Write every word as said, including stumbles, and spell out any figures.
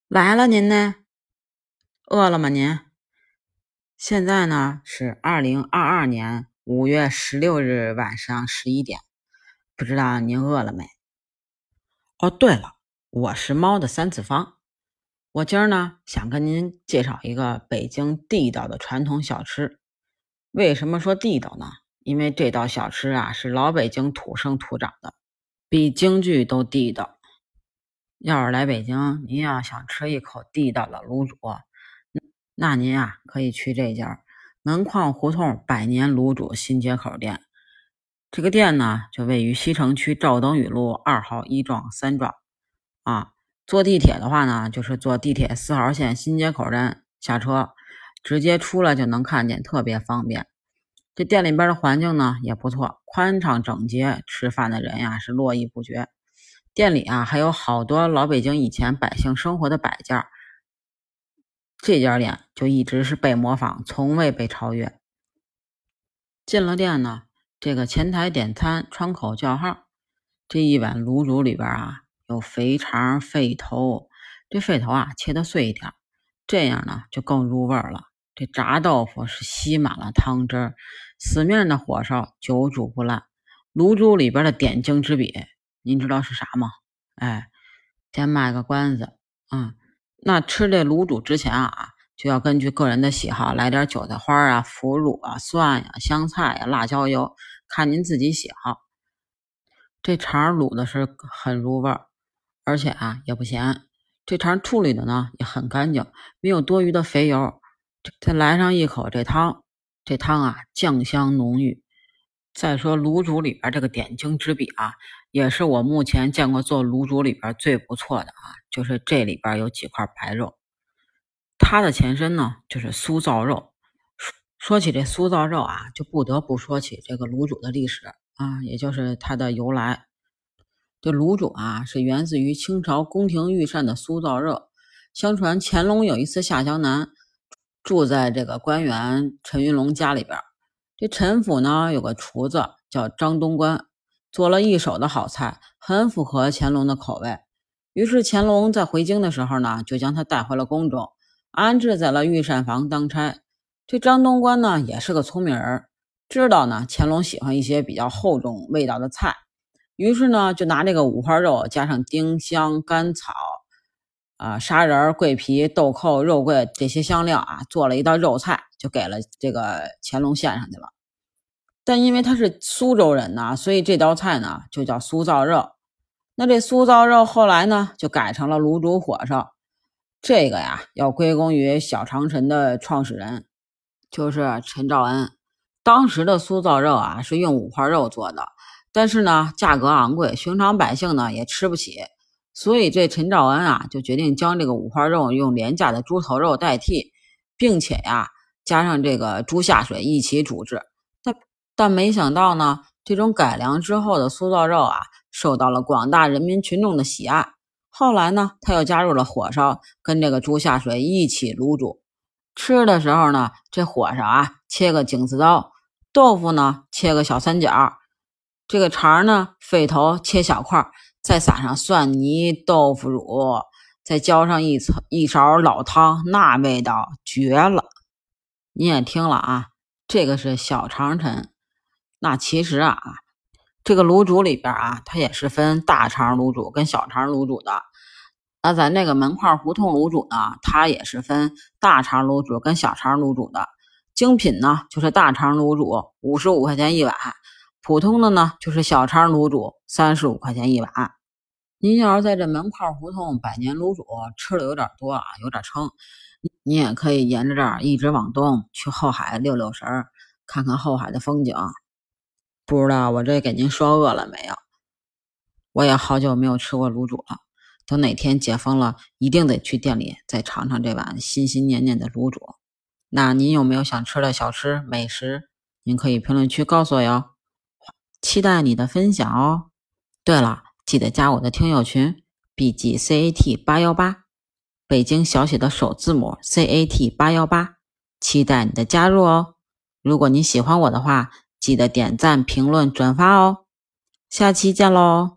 来了您呢？饿了吗您？现在呢是二零二二年五月十六日晚上十一点，不知道您饿了没？哦，对了，我是猫的三次方，我今儿呢想跟您介绍一个北京地道的传统小吃。为什么说地道呢？因为这道小吃啊是老北京土生土长的，比京剧都地道。要是来北京，您要想吃一口地道的卤煮，那您啊可以去这家门框胡同百年卤煮新街口店。这个店呢就位于西城区赵登禹路二号一幢三幢啊。坐地铁的话呢，就是坐地铁四号线新街口站下车，直接出来就能看见，特别方便。这店里边的环境呢也不错，宽敞整洁，吃饭的人呀是络绎不绝。店里啊还有好多老北京以前百姓生活的摆件，这家店就一直是被模仿，从未被超越。进了店呢，这个前台点餐，窗口叫号。这一碗卤煮里边啊有肥肠、肺头，这肺头啊切得碎一点，这样呢就更入味了。这炸豆腐是吸满了汤汁儿，死面的火烧久煮不烂。卤煮里边的点睛之笔，您知道是啥吗？哎，先卖个关子啊、嗯。那吃这卤煮之前啊，就要根据个人的喜好来点韭菜花啊、腐乳啊、蒜呀、香菜呀、辣椒油，看您自己喜好。这肠卤的是很入味儿，而且啊也不咸。这肠处理的呢也很干净，没有多余的肥油。再来上一口这汤，这汤啊酱香浓郁。再说卤煮里边这个点睛之笔啊，也是我目前见过做卤煮里边最不错的啊，就是这里边有几块白肉。它的前身呢就是酥造肉。说起这酥造肉啊，就不得不说起这个卤煮的历史啊，也就是它的由来。这卤煮啊是源自于清朝宫廷御膳的酥造肉。相传乾隆有一次下江南，住在这个官员陈云龙家里边。这陈府呢有个厨子叫张东官，做了一手的好菜，很符合乾隆的口味。于是乾隆在回京的时候呢，就将他带回了宫中，安置在了御膳房当差。这张东官呢也是个聪明人，知道呢乾隆喜欢一些比较厚重味道的菜，于是呢就拿这个五花肉加上丁香、甘草啊、砂仁、桂皮、豆蔻、肉桂这些香料啊，做了一道肉菜，就给了这个乾隆献上去了。但因为他是苏州人呢，所以这道菜呢就叫酥造肉。那这酥造肉后来呢就改成了卤煮火烧，这个呀要归功于小长城的创始人，就是陈兆恩。当时的酥造肉啊是用五花肉做的，但是呢价格昂贵，寻常百姓呢也吃不起，所以这陈兆恩啊就决定将这个五花肉用廉价的猪头肉代替，并且呀加上这个猪下水一起煮制。但但没想到呢，这种改良之后的酥造肉啊受到了广大人民群众的喜爱。后来呢他又加入了火烧，跟这个猪下水一起卤煮。吃的时候呢，这火烧啊切个井字刀，豆腐呢切个小三角，这个肠呢肺头切小块，再撒上蒜泥、豆腐乳，再浇上一层一勺老汤，那味道绝了。你也听了啊，这个是小肠陈。那其实啊，这个卤煮里边啊，它也是分大肠卤煮跟小肠卤煮的。那咱那个门框胡同卤煮呢，它也是分大肠卤煮跟小肠卤煮的。精品呢就是大肠卤煮五十五块钱一碗，普通的呢就是小肠卤煮三十五块钱一碗。您要是在这门框胡同百年卤煮吃的有点多啊，有点撑，你也可以沿着这儿一直往东去后海溜溜神儿，看看后海的风景。不知道我这给您说饿了没有？我也好久没有吃过卤煮了，等哪天解封了，一定得去店里再尝尝这碗心心念念的卤煮。那您有没有想吃的小吃美食？您可以评论区告诉我哟，期待你的分享哦。对了，记得加我的听友群 B G C A T 八一八，北京小写的首字母 C A T 八一八，期待你的加入哦。如果你喜欢我的话，记得点赞、评论、转发哦。下期见喽！